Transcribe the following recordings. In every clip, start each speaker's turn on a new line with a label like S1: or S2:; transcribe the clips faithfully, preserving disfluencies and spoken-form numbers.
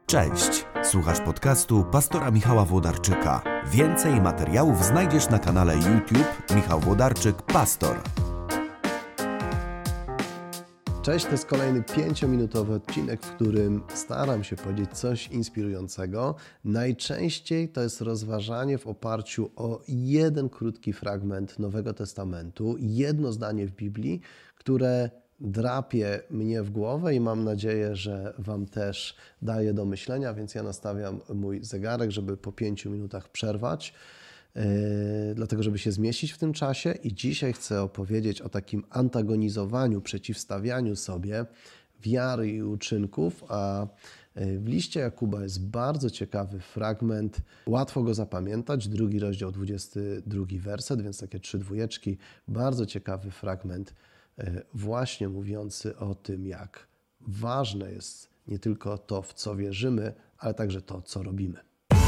S1: Cześć, słuchasz podcastu pastora Michała Włodarczyka. Więcej materiałów znajdziesz na kanale YouTube Michał Włodarczyk Pastor.
S2: Cześć, to jest kolejny pięciominutowy odcinek, w którym staram się powiedzieć coś inspirującego. Najczęściej to jest rozważanie w oparciu o jeden krótki fragment Nowego Testamentu, jedno zdanie w Biblii, które drapie mnie w głowę i mam nadzieję, że Wam też daje do myślenia, więc ja nastawiam mój zegarek, żeby po pięciu minutach przerwać, yy, dlatego żeby się zmieścić w tym czasie. I dzisiaj chcę opowiedzieć o takim antagonizowaniu, przeciwstawianiu sobie wiary i uczynków, a w liście Jakuba jest bardzo ciekawy fragment, łatwo go zapamiętać, drugi rozdział, dwudziesty drugi werset, więc takie trzy dwójeczki, bardzo ciekawy fragment, właśnie mówiący o tym, jak ważne jest nie tylko to, w co wierzymy, ale także to, co robimy.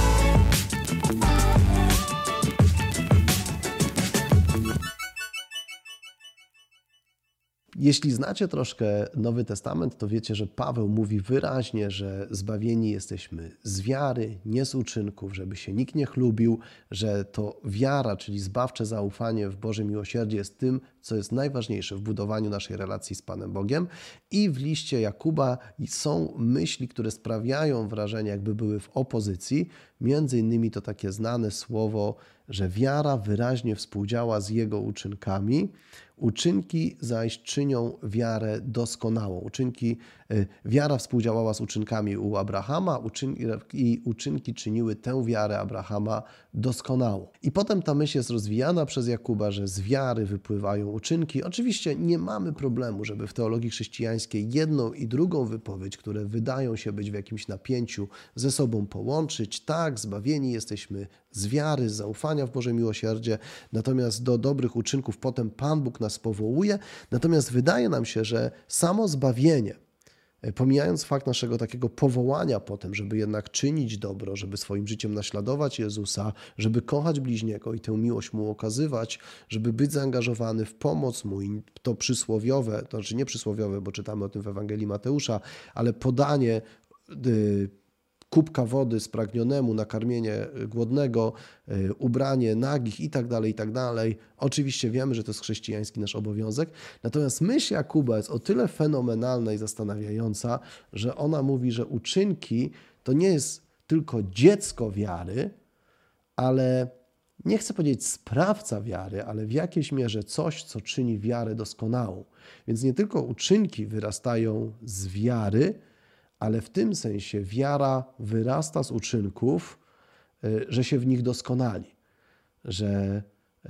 S2: Jeśli znacie troszkę Nowy Testament, to wiecie, że Paweł mówi wyraźnie, że zbawieni jesteśmy z wiary, nie z uczynków, żeby się nikt nie chlubił, że to wiara, czyli zbawcze zaufanie w Boże miłosierdzie jest tym, co jest najważniejsze w budowaniu naszej relacji z Panem Bogiem. I w liście Jakuba są myśli, które sprawiają wrażenie, jakby były w opozycji. Między innymi to takie znane słowo, że wiara wyraźnie współdziała z jego uczynkami. Uczynki zaś czynią wiarę doskonałą. Uczynki, wiara współdziałała z uczynkami u Abrahama i uczynki czyniły tę wiarę Abrahama doskonałą. I potem ta myśl jest rozwijana przez Jakuba, że z wiary wypływają uczynki. Oczywiście nie mamy problemu, żeby w teologii chrześcijańskiej jedną i drugą wypowiedź, które wydają się być w jakimś napięciu, ze sobą połączyć. Tak, zbawieni jesteśmy z wiary, z zaufania w Boże miłosierdzie, natomiast do dobrych uczynków potem Pan Bóg nas powołuje. Natomiast wydaje nam się, że samo zbawienie, pomijając fakt naszego takiego powołania potem, żeby jednak czynić dobro, żeby swoim życiem naśladować Jezusa, żeby kochać bliźniego i tę miłość Mu okazywać, żeby być zaangażowany w pomoc Mu i to przysłowiowe, to znaczy nie przysłowiowe, bo czytamy o tym w Ewangelii Mateusza, ale podanie yy, kubka wody spragnionemu, nakarmienie głodnego, yy, ubranie nagich i tak dalej, i tak dalej. Oczywiście wiemy, że to jest chrześcijański nasz obowiązek. Natomiast myśl Jakuba jest o tyle fenomenalna i zastanawiająca, że ona mówi, że uczynki to nie jest tylko dziecko wiary, ale nie chcę powiedzieć sprawca wiary, ale w jakiejś mierze coś, co czyni wiarę doskonałą. Więc nie tylko uczynki wyrastają z wiary, ale w tym sensie wiara wyrasta z uczynków, że się w nich doskonali, że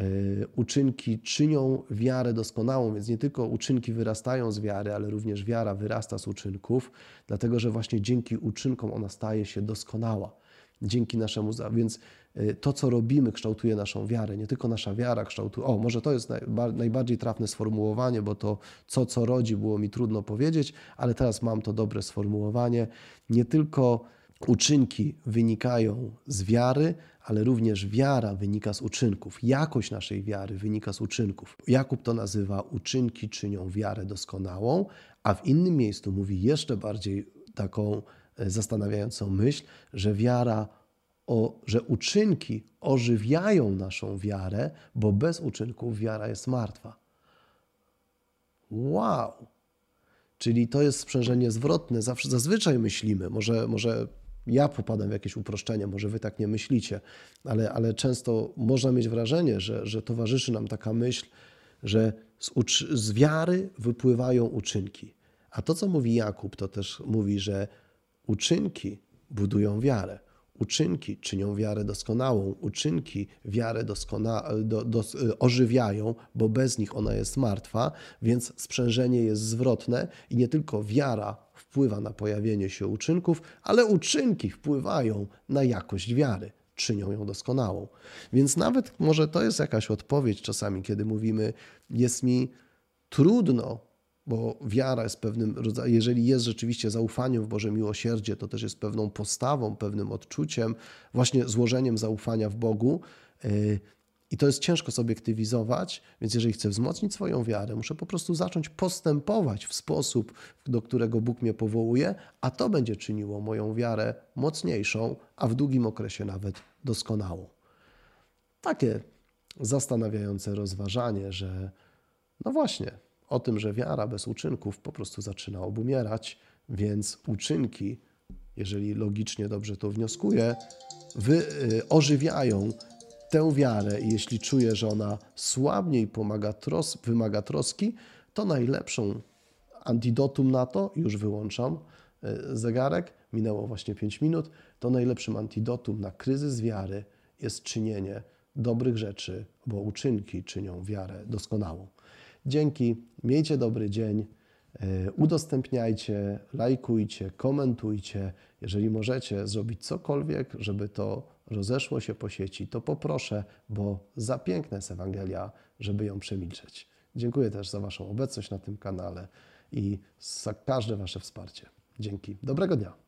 S2: uczynki czynią wiarę doskonałą, więc nie tylko uczynki wyrastają z wiary, ale również wiara wyrasta z uczynków, dlatego że właśnie dzięki uczynkom ona staje się doskonała. Dzięki naszemu, więc to, co robimy, kształtuje naszą wiarę. Nie tylko nasza wiara kształtuje, o, może to jest najbardziej trafne sformułowanie, bo to co, co rodzi, było mi trudno powiedzieć, ale teraz mam to dobre sformułowanie. Nie tylko uczynki wynikają z wiary, ale również wiara wynika z uczynków. Jakość naszej wiary wynika z uczynków. Jakub to nazywa uczynki czynią wiarę doskonałą, a w innym miejscu mówi jeszcze bardziej taką zastanawiającą myśl, że wiara, o, że uczynki ożywiają naszą wiarę, bo bez uczynków wiara jest martwa. Wow! Czyli to jest sprzężenie zwrotne. Zawsze, zazwyczaj myślimy, może, może ja popadam w jakieś uproszczenie, może wy tak nie myślicie, ale, ale często można mieć wrażenie, że, że towarzyszy nam taka myśl, że z, uczy, z wiary wypływają uczynki. A to, co mówi Jakub, to też mówi, że uczynki budują wiarę. Uczynki czynią wiarę doskonałą. Uczynki wiarę doskona- do, do, ożywiają, bo bez nich ona jest martwa, więc sprzężenie jest zwrotne i nie tylko wiara wpływa na pojawienie się uczynków, ale uczynki wpływają na jakość wiary, czynią ją doskonałą. Więc nawet może to jest jakaś odpowiedź czasami, kiedy mówimy, jest mi trudno, bo wiara jest pewnym rodzajem, jeżeli jest rzeczywiście zaufaniem w Boże miłosierdzie, to też jest pewną postawą, pewnym odczuciem, właśnie złożeniem zaufania w Bogu, I to jest ciężko zobiektywizować, więc jeżeli chcę wzmocnić swoją wiarę, muszę po prostu zacząć postępować w sposób, do którego Bóg mnie powołuje, a to będzie czyniło moją wiarę mocniejszą, a w długim okresie nawet doskonałą. Takie zastanawiające rozważanie, że no właśnie, o tym, że wiara bez uczynków po prostu zaczyna obumierać, więc uczynki, jeżeli logicznie dobrze to wnioskuję, wy, y, ożywiają tę wiarę i jeśli czuję, że ona słabnie i pomaga tros, wymaga troski, to najlepszą antidotum na to, już wyłączam zegarek, minęło właśnie pięć minut, to najlepszym antidotum na kryzys wiary jest czynienie dobrych rzeczy, bo uczynki czynią wiarę doskonałą. Dzięki, miejcie dobry dzień, udostępniajcie, lajkujcie, komentujcie. Jeżeli możecie zrobić cokolwiek, żeby to rozeszło się po sieci, to poproszę, bo za piękna jest Ewangelia, żeby ją przemilczeć. Dziękuję też za Waszą obecność na tym kanale i za każde Wasze wsparcie. Dzięki. Dobrego dnia.